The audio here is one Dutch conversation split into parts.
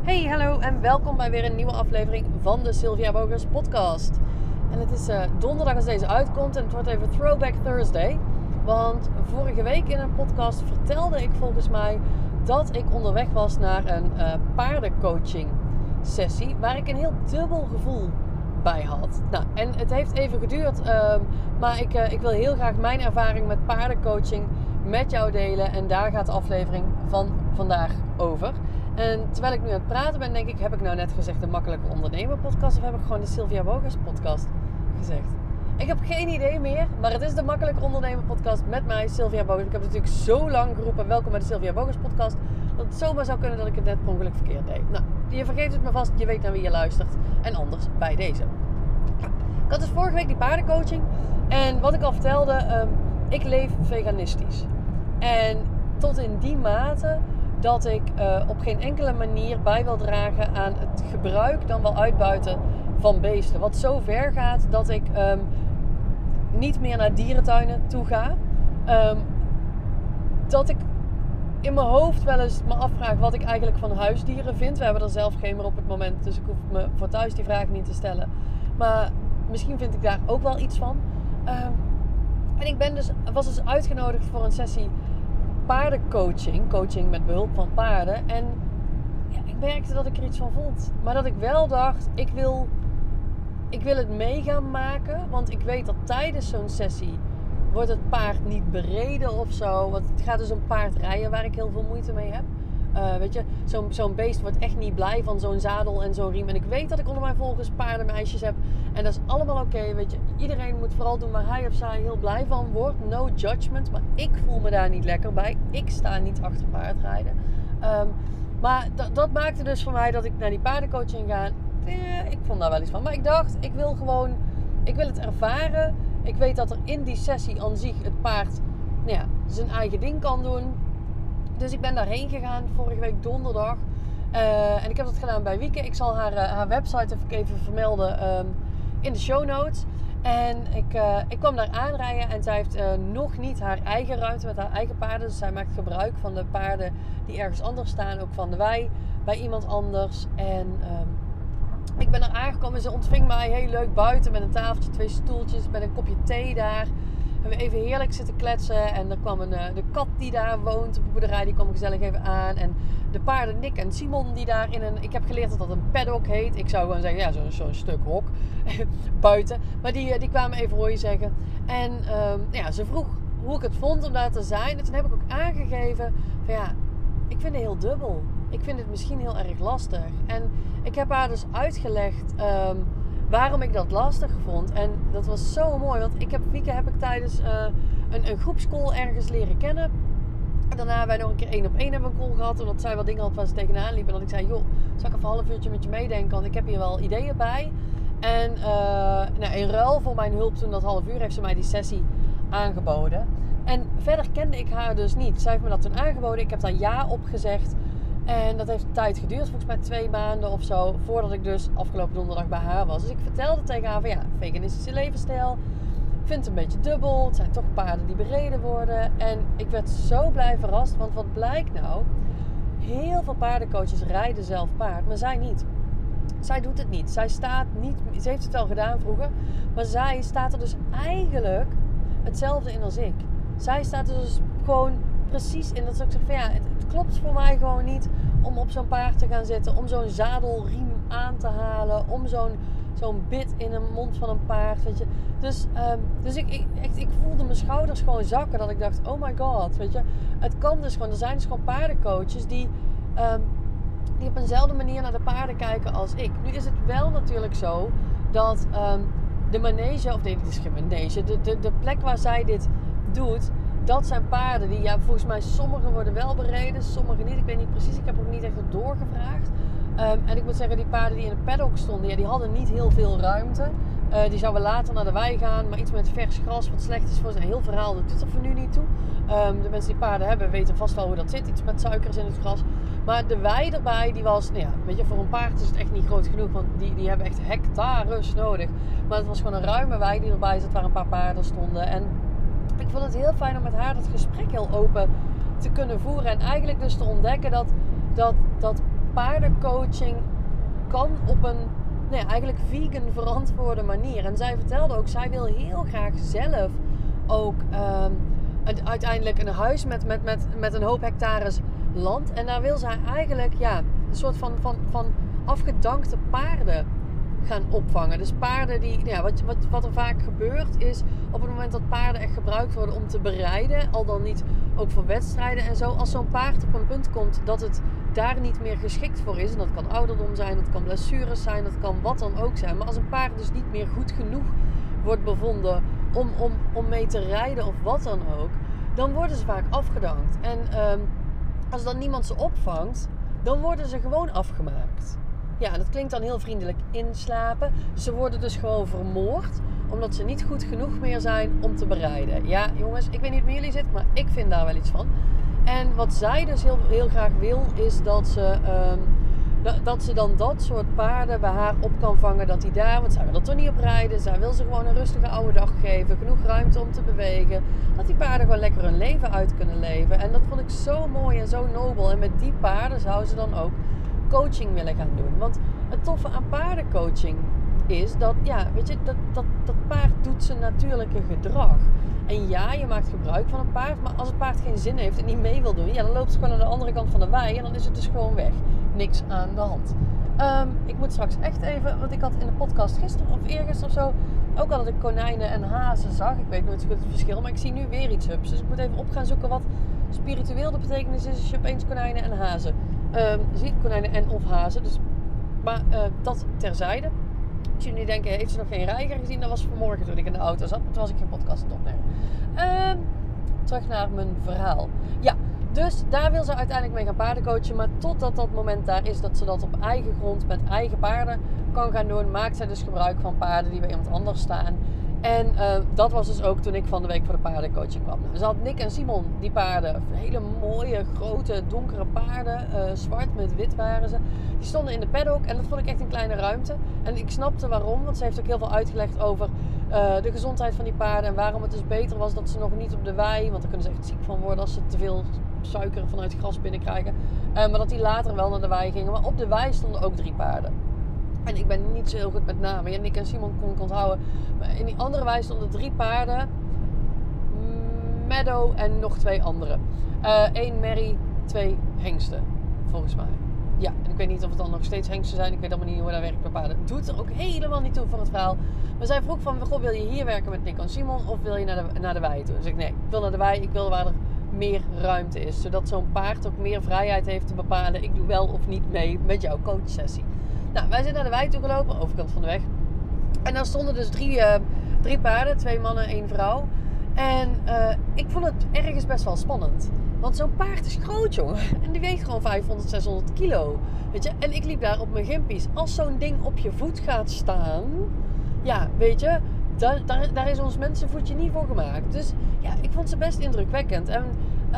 Hey, hallo en welkom bij weer een nieuwe aflevering van de Sylvia Bogers podcast. En het is donderdag als deze uitkomt en het wordt even Throwback Thursday. Want vorige week in een podcast vertelde ik volgens mij dat ik onderweg was naar een paardencoaching sessie waar ik een heel dubbel gevoel bij had. Nou, en het heeft even geduurd, maar ik wil heel graag mijn ervaring met paardencoaching met jou delen. En daar gaat de aflevering van vandaag over. En terwijl ik nu aan het praten ben, denk ik, heb ik nou net gezegd de Makkelijke Ondernemer podcast of heb ik gewoon de Sylvia Bogers podcast gezegd? Ik heb geen idee meer, maar het is de Makkelijke Ondernemer podcast met mij, Sylvia Bogers. Ik heb natuurlijk zo lang geroepen, welkom bij de Sylvia Bogers podcast, dat het zomaar zou kunnen dat ik het net per ongeluk verkeerd deed. Nou, je vergeet het me vast, je weet naar wie je luistert. En anders bij deze. Ik had dus vorige week die paardencoaching en wat ik al vertelde, ik leef veganistisch. En tot in die mate dat ik op geen enkele manier bij wil dragen aan het gebruik, dan wel uitbuiten van beesten. Wat zo ver gaat dat ik niet meer naar dierentuinen toe ga. Dat ik in mijn hoofd wel eens me afvraag wat ik eigenlijk van huisdieren vind. We hebben er zelf geen meer op het moment, dus ik hoef me voor thuis die vraag niet te stellen. Maar misschien vind ik daar ook wel iets van. En ik was dus uitgenodigd voor een sessie paardencoaching, coaching met behulp van paarden. En ja, ik merkte dat ik er iets van vond. Maar dat ik wel dacht, ik wil het mee gaan maken. Want ik weet dat tijdens zo'n sessie wordt het paard niet bereden of zo. Want het gaat dus om paardrijden waar ik heel veel moeite mee heb. Weet je, zo'n beest wordt echt niet blij van zo'n zadel en zo'n riem. En ik weet dat ik onder mijn volgers paardenmeisjes heb. En dat is allemaal oké, weet je. Iedereen moet vooral doen waar hij of zij heel blij van wordt. No judgment. Maar ik voel me daar niet lekker bij. Ik sta niet achter paardrijden. Maar dat maakte dus voor mij dat ik naar die paardencoaching ga. Ik vond daar wel iets van. Maar ik dacht, ik wil het ervaren. Ik weet dat er in die sessie aan zich het paard zijn eigen ding kan doen. Dus ik ben daarheen gegaan vorige week donderdag. En ik heb dat gedaan bij Wieke. Ik zal haar website even vermelden in de show notes. En ik kwam daar aanrijden en zij heeft nog niet haar eigen ruimte met haar eigen paarden. Dus zij maakt gebruik van de paarden die ergens anders staan. Ook van de wei bij iemand anders. En ik ben er aangekomen. Ze ontving mij heel leuk buiten met een tafeltje, 2 stoeltjes, met een kopje thee daar. Hebben we even heerlijk zitten kletsen. En er kwam de kat die daar woont op de boerderij, die kwam gezellig even aan. En de paarden Nick en Simon die daar ik heb geleerd dat dat een paddock heet. Ik zou gewoon zeggen, ja, zo'n stuk hok buiten. Maar die kwamen even hoor je zeggen. En ze vroeg hoe ik het vond om daar te zijn. En toen heb ik ook aangegeven van ja, ik vind het heel dubbel. Ik vind het misschien heel erg lastig. En ik heb haar dus uitgelegd waarom ik dat lastig vond. En dat was zo mooi. Want Wieke heb ik tijdens een groepscall ergens leren kennen. En daarna hebben wij nog een keer 1-op-1 hebben een call gehad. Omdat zij wat dingen had waar ze tegenaan liep. En dat ik zei, joh, zal ik even een half uurtje met je meedenken? Want ik heb hier wel ideeën bij. En in ruil voor mijn hulp toen dat half uur heeft ze mij die sessie aangeboden. En verder kende ik haar dus niet. Zij heeft me dat toen aangeboden. Ik heb daar ja op gezegd. En dat heeft een tijd geduurd, volgens mij 2 maanden of zo, voordat ik dus afgelopen donderdag bij haar was. Dus ik vertelde tegen haar van ja, veganistische levensstijl. Ik vind het een beetje dubbel. Het zijn toch paarden die bereden worden. En ik werd zo blij verrast, want wat blijkt nou? Heel veel paardencoaches rijden zelf paard, maar zij niet. Zij doet het niet. Zij staat niet, ze heeft het wel gedaan vroeger, maar zij staat er dus eigenlijk hetzelfde in als ik. Zij staat er dus gewoon precies in dat ik zeg van ja, het klopt voor mij gewoon niet om op zo'n paard te gaan zitten, om zo'n zadelriem aan te halen, om zo'n bit in de mond van een paard, weet je. Dus ik voelde mijn schouders gewoon zakken, dat ik dacht, oh my god, weet je. Het kan dus gewoon, er zijn dus gewoon paardencoaches die op eenzelfde manier naar de paarden kijken als ik. Nu is het wel natuurlijk zo dat de manege, of nee, dit is geen manege, de plek waar zij dit doet, dat zijn paarden die, ja, volgens mij sommige worden wel bereden, sommige niet. Ik weet niet precies, ik heb ook niet echt doorgevraagd. En ik moet zeggen, die paarden die in een paddock stonden, ja, die hadden niet heel veel ruimte. Die zouden later naar de wei gaan, maar iets met vers gras wat slecht is voor ze. Een heel verhaal, dat doet er voor nu niet toe. De mensen die paarden hebben weten vast wel hoe dat zit. Iets met suikers in het gras. Maar de wei erbij, die was, nou ja, weet je, voor een paard is het echt niet groot genoeg. Want die hebben echt hectares nodig. Maar het was gewoon een ruime wei die erbij zat waar een paar paarden stonden. En ik vond het heel fijn om met haar dat gesprek heel open te kunnen voeren. En eigenlijk dus te ontdekken dat paardencoaching kan op een eigenlijk vegan verantwoorde manier. En zij vertelde ook, zij wil heel graag zelf ook uiteindelijk een huis met een hoop hectares land. En daar wil zij eigenlijk een soort van afgedankte paarden gaan opvangen. Dus paarden die, wat er vaak gebeurt is, op het moment dat paarden echt gebruikt worden om te bereiden, al dan niet ook voor wedstrijden en zo, als zo'n paard op een punt komt dat het daar niet meer geschikt voor is, en dat kan ouderdom zijn, dat kan blessures zijn, dat kan wat dan ook zijn, maar als een paard dus niet meer goed genoeg wordt bevonden om mee te rijden of wat dan ook, dan worden ze vaak afgedankt. En als dan niemand ze opvangt, dan worden ze gewoon afgemaakt. Ja, en dat klinkt dan heel vriendelijk, inslapen. Ze worden dus gewoon vermoord, omdat ze niet goed genoeg meer zijn om te bereiden. Ja, jongens, ik weet niet hoe jullie zitten, maar ik vind daar wel iets van. En wat zij dus heel graag wil, is dat ze dan dat soort paarden bij haar op kan vangen. Dat die daar, want zij wil er toch niet op rijden. Zij wil ze gewoon een rustige oude dag geven. Genoeg ruimte om te bewegen. Dat die paarden gewoon lekker hun leven uit kunnen leven. En dat vond ik zo mooi en zo nobel. En met die paarden zou ze dan ook coaching willen gaan doen. Want het toffe aan paardencoaching is dat, dat paard doet zijn natuurlijke gedrag. En ja, je maakt gebruik van een paard, maar als het paard geen zin heeft en niet mee wil doen, dan loopt het gewoon aan de andere kant van de wei en dan is het dus gewoon weg. Niks aan de hand. Ik moet straks echt even, want ik had in de podcast gisteren of eergisteren of zo ook al dat ik konijnen en hazen zag. Ik weet nooit zo goed het verschil, maar ik zie nu weer iets hups. Dus ik moet even op gaan zoeken wat spiritueel de betekenis is als je opeens konijnen en hazen ziet. Konijnen en of hazen. Dus, maar dat terzijde. Als jullie nu denken, heeft ze nog geen reiger gezien? Dat was vanmorgen toen ik in de auto zat. Toen was ik geen podcast aan het opnemen. Terug naar mijn verhaal. Ja, dus daar wil ze uiteindelijk mee gaan paardencoachen. Maar totdat dat moment daar is dat ze dat op eigen grond met eigen paarden kan gaan doen, maakt zij dus gebruik van paarden die bij iemand anders staan. En dat was dus ook toen ik van de week voor de paardencoaching kwam. Dus had Nick en Simon die paarden, hele mooie, grote, donkere paarden, zwart met wit waren ze. Die stonden in de paddock en dat vond ik echt een kleine ruimte. En ik snapte waarom, want ze heeft ook heel veel uitgelegd over de gezondheid van die paarden. En waarom het dus beter was dat ze nog niet op de wei, want daar kunnen ze echt ziek van worden als ze te veel suiker vanuit het gras binnenkrijgen. Maar dat die later wel naar de wei gingen. Maar op de wei stonden ook 3 paarden. En ik ben niet zo heel goed met namen. Ja, Nick en Simon kon ik onthouden. Maar in die andere wei stonden 3 paarden. Meadow en nog 2 andere. 1 merrie, 2 hengsten. Volgens mij. Ja, en ik weet niet of het dan nog steeds hengsten zijn. Ik weet allemaal niet hoe dat werkt bij paarden. Doet er ook helemaal niet toe voor het verhaal. Maar zij vroeg van, goh, wil je hier werken met Nick en Simon? Of wil je naar de wei toe? Dus ik nee, ik wil naar de wei. Ik wil waar er meer ruimte is. Zodat zo'n paard ook meer vrijheid heeft te bepalen. Ik doe wel of niet mee met jouw coachsessie. Nou, wij zijn naar de wei toe gelopen, overkant van de weg. En daar stonden dus 3 paarden, 2 mannen, 1 vrouw. En ik vond het ergens best wel spannend. Want zo'n paard is groot, jongen. En die weegt gewoon 500, 600 kilo. Weet je? En ik liep daar op mijn gimpies. Als zo'n ding op je voet gaat staan, ja, weet je, daar is ons mensenvoetje niet voor gemaakt. Dus ja, ik vond ze best indrukwekkend. En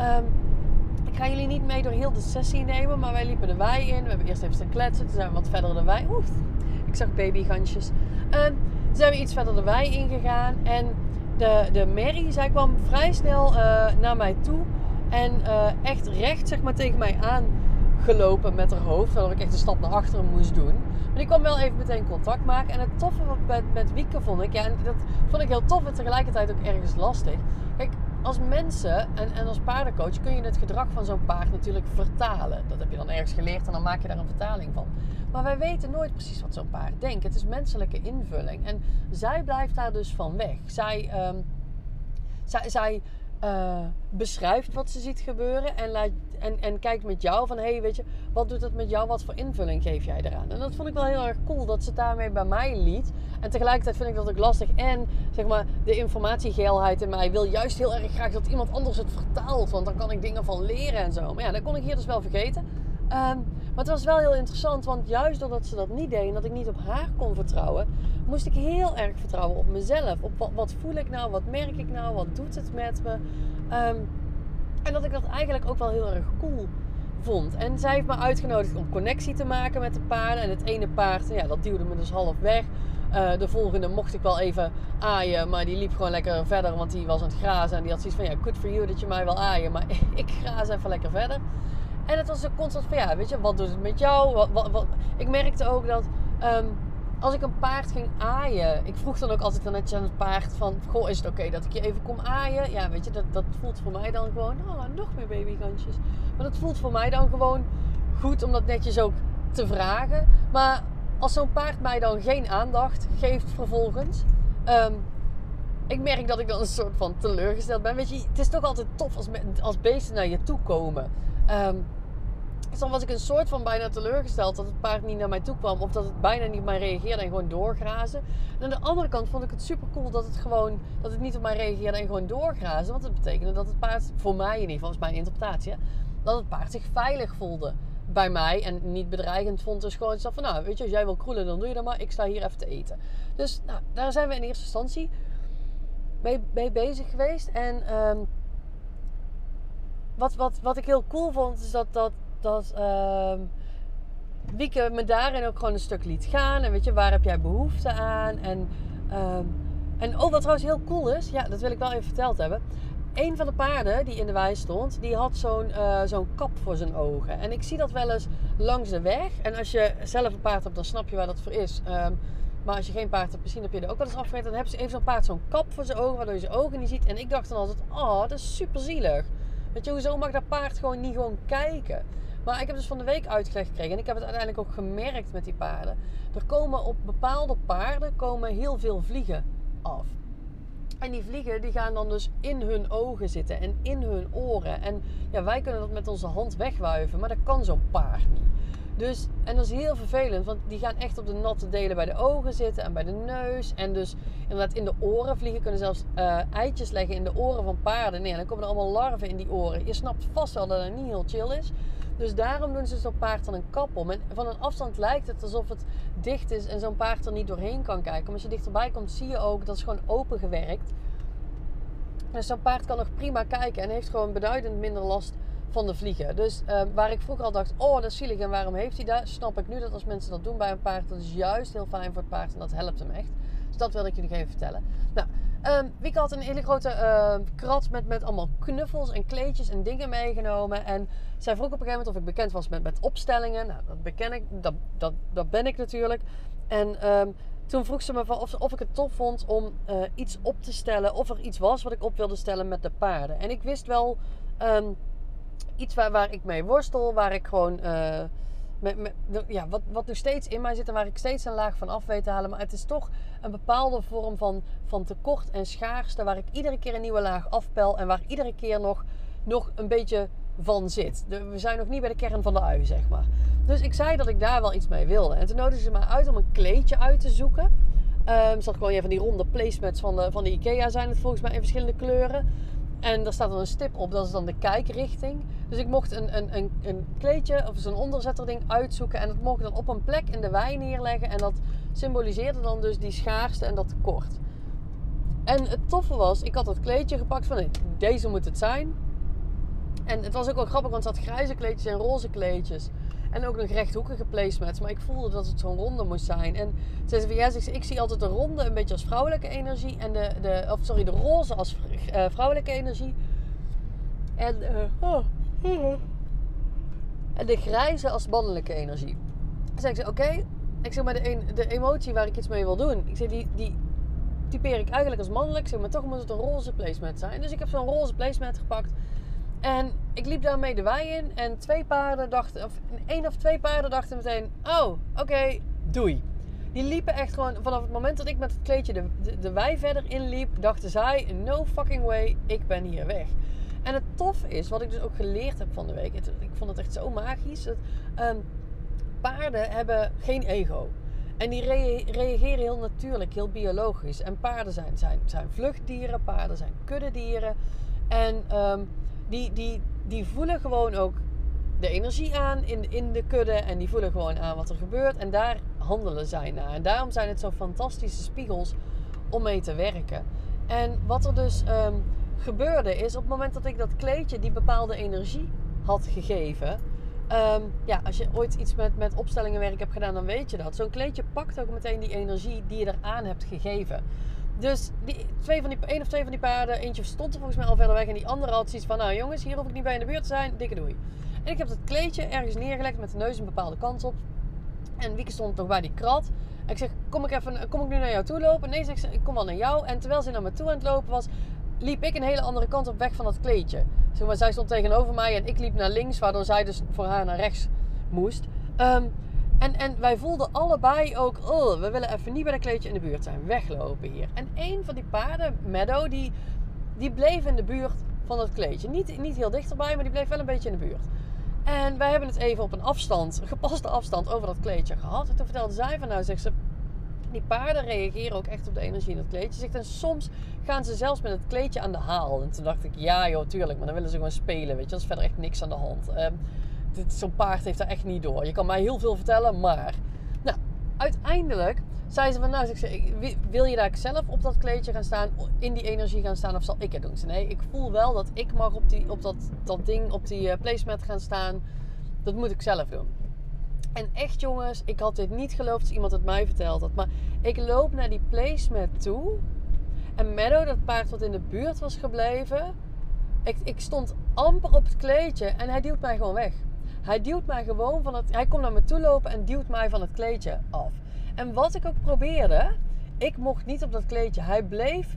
ik ga jullie niet mee door heel de sessie nemen, maar wij liepen de wei in. We hebben eerst even staan kletsen, toen zijn we wat verder de wei. Oef, ik zag babygansjes. Toen zijn we iets verder de wei ingegaan. En de merrie, zij kwam vrij snel naar mij toe. En echt recht, zeg maar, tegen mij aangelopen met haar hoofd. Waardoor ik echt een stap naar achteren moest doen. Maar die kwam wel even meteen contact maken. En het toffe met Wieke vond ik, ja, en dat vond ik heel tof en tegelijkertijd ook ergens lastig. Kijk, als mensen en als paardencoach kun je het gedrag van zo'n paard natuurlijk vertalen. Dat heb je dan ergens geleerd en dan maak je daar een vertaling van. Maar wij weten nooit precies wat zo'n paard denkt. Het is menselijke invulling. En zij blijft daar dus van weg. Zij beschrijft wat ze ziet gebeuren en kijkt met jou van, hey, weet je, wat doet het met jou? Wat voor invulling geef jij eraan? En dat vond ik wel heel erg cool dat ze het daarmee bij mij liet. En tegelijkertijd vind ik dat ook lastig. En zeg maar, de informatiegeelheid in mij wil juist heel erg graag dat iemand anders het vertaalt. Want dan kan ik dingen van leren en zo. Maar ja, dat kon ik hier dus wel vergeten. Maar het was wel heel interessant, want juist doordat ze dat niet deed en dat ik niet op haar kon vertrouwen, moest ik heel erg vertrouwen op mezelf. Op wat voel ik nou, wat merk ik nou, wat doet het met me. En dat ik dat eigenlijk ook wel heel erg cool vond. En zij heeft me uitgenodigd om connectie te maken met de paarden. En het ene paard, ja, dat duwde me dus half weg. De volgende mocht ik wel even aaien, maar die liep gewoon lekker verder, want die was aan het grazen. En die had zoiets van, ja, good for you dat je mij wil aaien, maar ik graas even lekker verder. En het was een constant van, ja, weet je, wat doet het met jou? Ik merkte ook dat als ik een paard ging aaien, ik vroeg dan ook altijd dan netjes aan het paard van, goh, is het oké dat ik je even kom aaien? Ja, weet je, dat voelt voor mij dan gewoon, nog meer babygantjes. Maar dat voelt voor mij dan gewoon goed om dat netjes ook te vragen. Maar als zo'n paard mij dan geen aandacht geeft vervolgens, ik merk dat ik dan een soort van teleurgesteld ben. Weet je, het is toch altijd tof als beesten naar je toe komen. Dus dan was ik een soort van bijna teleurgesteld dat het paard niet naar mij toe kwam. Of dat het bijna niet op mij reageerde en gewoon doorgrazen. En aan de andere kant vond ik het super cool dat het niet op mij reageerde en gewoon doorgrazen. Want dat betekende dat het paard, voor mij in ieder geval, is mijn interpretatie, dat het paard zich veilig voelde bij mij en niet bedreigend vond. Dus gewoon zo van, nou, weet je, als jij wil kroelen, dan doe je dat maar. Ik sta hier even te eten. Dus nou, daar zijn we in eerste instantie mee bezig geweest. En wat ik heel cool vond, is dat Wieke me daarin ook gewoon een stuk liet gaan. En weet je, waar heb jij behoefte aan? En wat trouwens heel cool is, ja, dat wil ik wel even verteld hebben. Een van de paarden die in de wei stond, die had zo'n kap voor zijn ogen. En ik zie dat wel eens langs de weg. En als je zelf een paard hebt, dan snap je waar dat voor is. Maar als je geen paard hebt, misschien heb je er ook wel eens afgewerkt. Dan heeft zo'n paard zo'n kap voor zijn ogen, waardoor je zijn ogen niet ziet. En ik dacht dan altijd, dat is super zielig. Weet je, hoezo mag dat paard gewoon niet kijken? Maar ik heb dus van de week uitgelegd gekregen. En ik heb het uiteindelijk ook gemerkt met die paarden. Er komen op bepaalde paarden heel veel vliegen af. En die vliegen die gaan dan dus in hun ogen zitten en in hun oren. En ja, wij kunnen dat met onze hand wegwuiven, maar dat kan zo'n paard niet. Dus, en dat is heel vervelend, want die gaan echt op de natte delen bij de ogen zitten en bij de neus. En dus inderdaad in de oren. Vliegen kunnen zelfs eitjes leggen in de oren van paarden. Nee, dan komen er allemaal larven in die oren. Je snapt vast wel dat het niet heel chill is. Dus daarom doen ze zo'n paard dan een kap om. En van een afstand lijkt het alsof het dicht is en zo'n paard er niet doorheen kan kijken. Maar als je dichterbij komt, zie je ook dat is gewoon opengewerkt. Dus zo'n paard kan nog prima kijken en heeft gewoon beduidend minder last van de vliegen. Dus waar ik vroeger al dacht, dat is zielig en waarom heeft hij dat? Snap ik nu dat als mensen dat doen bij een paard, dat is juist heel fijn voor het paard en dat helpt hem echt. Dus dat wilde ik jullie even vertellen. Nou, Wieke had een hele grote krat met allemaal knuffels en kleedjes en dingen meegenomen. En zij vroeg op een gegeven moment of ik bekend was met opstellingen. Nou, dat ben ik natuurlijk. En toen vroeg ze me van of ik het tof vond om iets op te stellen. Of er iets was wat ik op wilde stellen met de paarden. En ik wist wel iets waar ik mee worstel. Waar ik gewoon wat nog steeds in mij zit en waar ik steeds een laag van af weet te halen. Maar het is toch een bepaalde vorm van tekort en schaarste. Waar ik iedere keer een nieuwe laag afpel. En waar iedere keer nog een beetje van zit. We zijn nog niet bij de kern van de ui, zeg maar. Dus ik zei dat ik daar wel iets mee wilde. En toen nodigde ze me uit om een kleedje uit te zoeken. Er zat gewoon van die ronde placemats van de IKEA zijn het volgens mij in verschillende kleuren. En daar staat dan een stip op, dat is dan de kijkrichting. Dus ik mocht een kleedje of zo'n onderzetterding uitzoeken. En dat mocht ik dan op een plek in de wei neerleggen. En dat symboliseerde dan dus die schaarste en dat tekort. En het toffe was, ik had dat kleedje gepakt van nee, deze moet het zijn. En het was ook wel grappig, want er zat grijze kleedjes en roze kleedjes. En ook nog rechthoekige placemats. Maar ik voelde dat het zo'n ronde moest zijn. En zei ze van ja, ik zie altijd de ronde een beetje als vrouwelijke energie. En de roze als vrouwelijke energie. En de grijze als mannelijke energie. Dus ik zei oké. Ik zeg maar de emotie waar ik iets mee wil doen. Ik zeg die typeer ik eigenlijk als mannelijk. Ik zeg maar toch moet het een roze placemat zijn. Dus ik heb zo'n roze placemat gepakt. En ik liep daarmee de wei in en één of twee paarden dachten meteen, oké, doei. Die liepen echt gewoon, vanaf het moment dat ik met het kleedje de wei verder inliep, dachten zij, no fucking way, ik ben hier weg. En het tof is, wat ik dus ook geleerd heb van de week, ik vond het echt zo magisch, dat paarden hebben geen ego. En die reageren heel natuurlijk, heel biologisch. En paarden zijn vluchtdieren, paarden zijn kuddedieren. En die voelen gewoon ook de energie aan in de kudde. En die voelen gewoon aan wat er gebeurt. En daar handelen zij naar. En daarom zijn het zo fantastische spiegels om mee te werken. En wat er dus gebeurde is, op het moment dat ik dat kleedje die bepaalde energie had gegeven. Als je ooit iets met opstellingenwerk hebt gedaan, dan weet je dat. Zo'n kleedje pakt ook meteen die energie die je eraan hebt gegeven. Dus één of twee van die paarden, eentje stond er volgens mij al verder weg en die andere had zoiets van, nou jongens, hier hoef ik niet bij in de buurt te zijn, dikke doei. En ik heb dat kleedje ergens neergelegd met de neus een bepaalde kant op. En Wieke stond nog bij die krat. En ik zeg, kom ik nu naar jou toe lopen? Nee, zegt ze, ik kom wel naar jou. En terwijl ze naar me toe aan het lopen was, liep ik een hele andere kant op weg van dat kleedje. Zeg maar, zij stond tegenover mij en ik liep naar links, waardoor zij dus voor haar naar rechts moest. En wij voelden allebei ook, we willen even niet bij dat kleedje in de buurt zijn. Weglopen hier. En een van die paarden, Meadow, die bleef in de buurt van dat kleedje. Niet heel dichterbij, maar die bleef wel een beetje in de buurt. En wij hebben het even op een gepaste afstand over dat kleedje gehad. En toen vertelde zij van, nou, zegt ze, die paarden reageren ook echt op de energie in dat kleedje. Zegt, en soms gaan ze zelfs met het kleedje aan de haal. En toen dacht ik, ja joh, tuurlijk, maar dan willen ze gewoon spelen, weet je. Dat is verder echt niks aan de hand. Zo'n paard heeft daar echt niet door. Je kan mij heel veel vertellen, maar... Nou, uiteindelijk zei ze van, nou, wil je daar zelf op dat kleedje gaan staan, in die energie gaan staan, of zal ik het doen? Nee, ik voel wel dat ik mag op dat ding, op die placemat gaan staan. Dat moet ik zelf doen. En echt jongens, ik had dit niet geloofd als iemand het mij verteld had. Maar ik loop naar die placemat toe. En Meadow, dat paard wat in de buurt was gebleven. Ik stond amper op het kleedje en hij duwt mij gewoon weg. Hij duwt mij gewoon hij komt naar me toe lopen en duwt mij van het kleedje af. En wat ik ook probeerde, ik mocht niet op dat kleedje. Hij bleef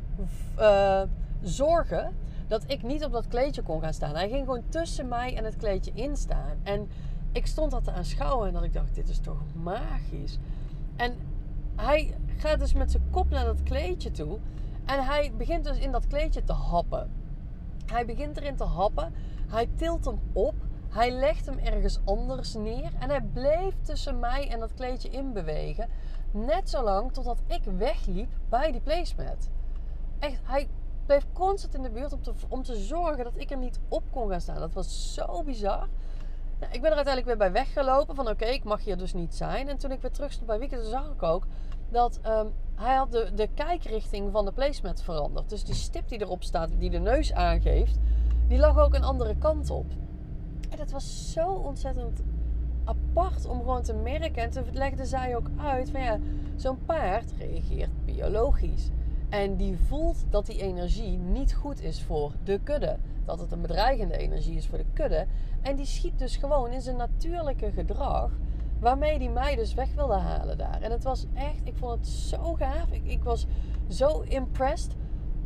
zorgen dat ik niet op dat kleedje kon gaan staan. Hij ging gewoon tussen mij en het kleedje in staan. En ik stond dat te aanschouwen en dat ik dacht, dit is toch magisch. En hij gaat dus met zijn kop naar dat kleedje toe. En hij begint dus in dat kleedje te happen. Hij begint erin te happen. Hij tilt hem op. Hij legt hem ergens anders neer. En hij bleef tussen mij en dat kleedje in bewegen. Net zo lang totdat ik wegliep bij die placemat. Echt, hij bleef constant in de buurt om te zorgen dat ik er niet op kon gaan staan. Dat was zo bizar. Nou, ik ben er uiteindelijk weer bij weggelopen. Van oké, ik mag hier dus niet zijn. En toen ik weer terug stond bij Wieke, zag ik ook dat hij had de kijkrichting van de placemat veranderd. Dus die stip die erop staat, die de neus aangeeft, die lag ook een andere kant op. En dat was zo ontzettend apart om gewoon te merken. En toen legde zij ook uit van ja, zo'n paard reageert biologisch. En die voelt dat die energie niet goed is voor de kudde. Dat het een bedreigende energie is voor de kudde. En die schiet dus gewoon in zijn natuurlijke gedrag, waarmee die mij dus weg wilde halen daar. En het was echt, ik vond het zo gaaf. Ik was zo impressed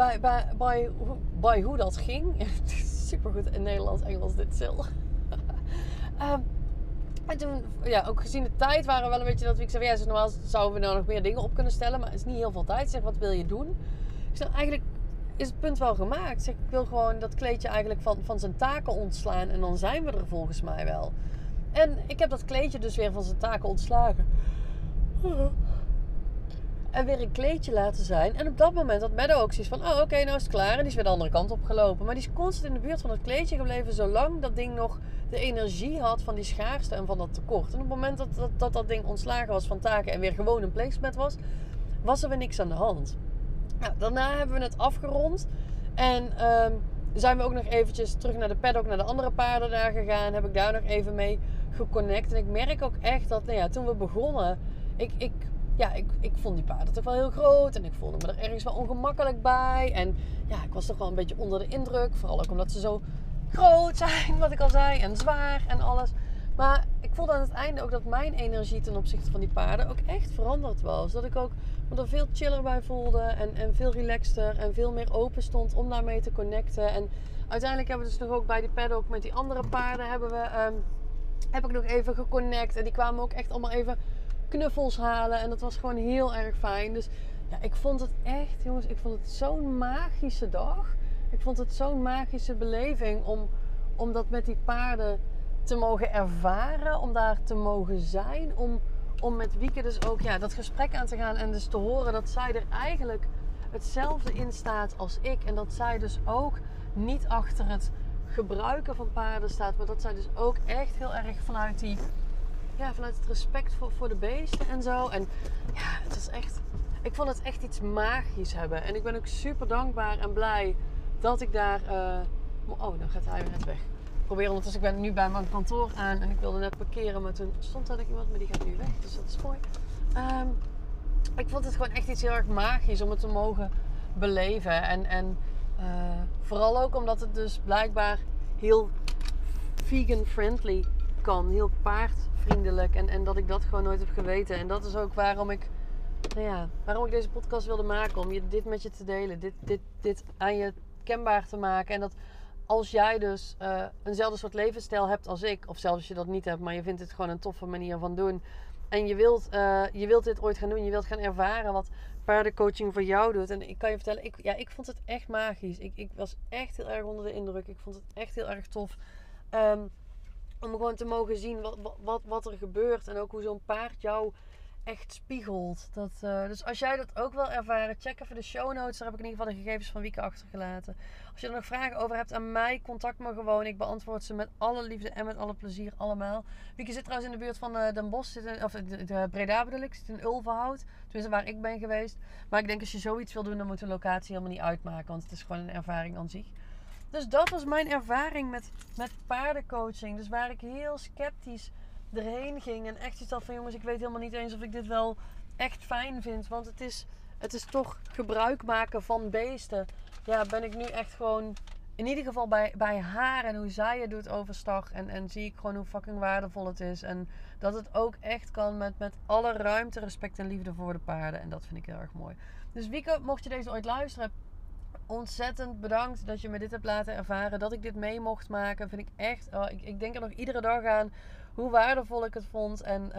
bij hoe dat ging. Supergoed in Nederlands, Engels, dit zil. En toen, ja, ook gezien de tijd waren we wel een beetje dat ik zei, ja, normaal zouden we nou nog meer dingen op kunnen stellen, maar het is niet heel veel tijd. Ik zeg, wat wil je doen? Ik zeg, eigenlijk is het punt wel gemaakt. Ik zeg, ik wil gewoon dat kleedje eigenlijk van zijn taken ontslaan en dan zijn we er volgens mij wel. En ik heb dat kleedje dus weer van zijn taken ontslagen. En weer een kleedje laten zijn. En op dat moment had Meadow ook zoiets van, oh oké, nou is het klaar. En die is weer de andere kant op gelopen. Maar die is constant in de buurt van het kleedje gebleven, zolang dat ding nog de energie had van die schaarste en van dat tekort. En op het moment dat ding ontslagen was van taken en weer gewoon een placemat was er weer niks aan de hand. Nou, daarna hebben we het afgerond. En zijn we ook nog eventjes terug naar de paddock, naar de andere paarden daar gegaan. Heb ik daar nog even mee geconnect. En ik merk ook echt dat, nou ja, toen we begonnen, ik vond die paarden toch wel heel groot. En ik voelde me er ergens wel ongemakkelijk bij. En ja, ik was toch wel een beetje onder de indruk. Vooral ook omdat ze zo groot zijn, wat ik al zei. En zwaar en alles. Maar ik voelde aan het einde ook dat mijn energie ten opzichte van die paarden ook echt veranderd was. Dat ik ook me er veel chiller bij voelde. En veel relaxter. En veel meer open stond om daarmee te connecten. En uiteindelijk hebben we dus nog ook bij die paddock met die andere paarden heb ik nog even geconnect. En die kwamen ook echt allemaal even knuffels halen. En dat was gewoon heel erg fijn. Dus ja, ik vond het echt, jongens, ik vond het zo'n magische dag. Ik vond het zo'n magische beleving om dat met die paarden te mogen ervaren. Om daar te mogen zijn. Om met Wieke dus ook dat gesprek aan te gaan. En dus te horen dat zij er eigenlijk hetzelfde in staat als ik. En dat zij dus ook niet achter het gebruiken van paarden staat. Maar dat zij dus ook echt heel erg vanuit het respect voor de beesten en zo. En ja, het is echt, ik vond het echt iets magisch hebben. En ik ben ook super dankbaar en blij dat ik daar... dan gaat hij weer net weg. Ik ben nu bij mijn kantoor aan en ik wilde net parkeren, maar toen stond er iemand, maar die gaat nu weg. Dus dat is mooi. Ik vond het gewoon echt iets heel erg magisch om het te mogen beleven. En vooral ook omdat het dus blijkbaar heel vegan friendly kan. Heel paardvriendelijk. En dat ik dat gewoon nooit heb geweten. En dat is ook waarom ik deze podcast wilde maken. Om dit met je te delen. Dit aan je kenbaar te maken. En dat als jij dus eenzelfde soort levensstijl hebt als ik. Of zelfs als je dat niet hebt. Maar je vindt het gewoon een toffe manier van doen. En je wilt dit ooit gaan doen. Je wilt gaan ervaren wat paardencoaching voor jou doet. En ik kan je vertellen, ik vond het echt magisch. Ik was echt heel erg onder de indruk. Ik vond het echt heel erg tof. Om gewoon te mogen zien wat er gebeurt. En ook hoe zo'n paard jou echt spiegelt. Dus als jij dat ook wil ervaren, check even de show notes. Daar heb ik in ieder geval de gegevens van Wieke achtergelaten. Als je er nog vragen over hebt aan mij, contact me gewoon. Ik beantwoord ze met alle liefde en met alle plezier allemaal. Wieke zit trouwens in de buurt van Den Bosch. Breda bedoel ik. Zit in Ulvenhout. Tenminste waar ik ben geweest. Maar ik denk als je zoiets wil doen, dan moet de locatie helemaal niet uitmaken. Want het is gewoon een ervaring aan zich. Dus dat was mijn ervaring met paardencoaching. Dus waar ik heel sceptisch erheen ging. En echt iets had van jongens, ik weet helemaal niet eens of ik dit wel echt fijn vind. Want het is toch gebruik maken van beesten. Ja, ben ik nu echt gewoon in ieder geval bij haar en hoe zij het doet overstag. En zie ik gewoon hoe fucking waardevol het is. En dat het ook echt kan met alle ruimte, respect en liefde voor de paarden. En dat vind ik heel erg mooi. Dus Wieke, mocht je deze ooit luisteren, ontzettend bedankt dat je me dit hebt laten ervaren. Dat ik dit mee mocht maken. Vind ik echt. Ik denk er nog iedere dag aan hoe waardevol ik het vond. En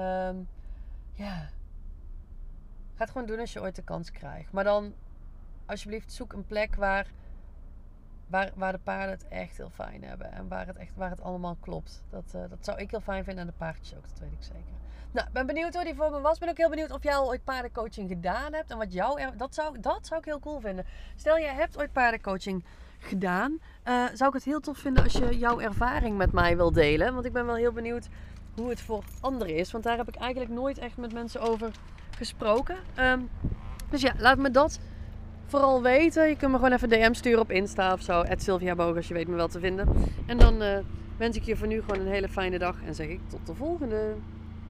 ga het gewoon doen als je ooit de kans krijgt. Maar dan alsjeblieft zoek een plek waar de paarden het echt heel fijn hebben. En waar het allemaal klopt. Dat zou ik heel fijn vinden. En de paardjes ook, dat weet ik zeker. Nou, ben benieuwd hoe die voor me was. Ben ook heel benieuwd of jij al ooit paardencoaching gedaan hebt. En wat dat zou ik heel cool vinden. Stel, jij hebt ooit paardencoaching gedaan. Zou ik het heel tof vinden als je jouw ervaring met mij wil delen. Want ik ben wel heel benieuwd hoe het voor anderen is. Want daar heb ik eigenlijk nooit echt met mensen over gesproken. Dus ja, laat me dat vooral weten. Je kunt me gewoon even DM sturen op Insta of zo. @SylviaBogers, als je weet me wel te vinden. En dan wens ik je voor nu gewoon een hele fijne dag. En zeg ik tot de volgende.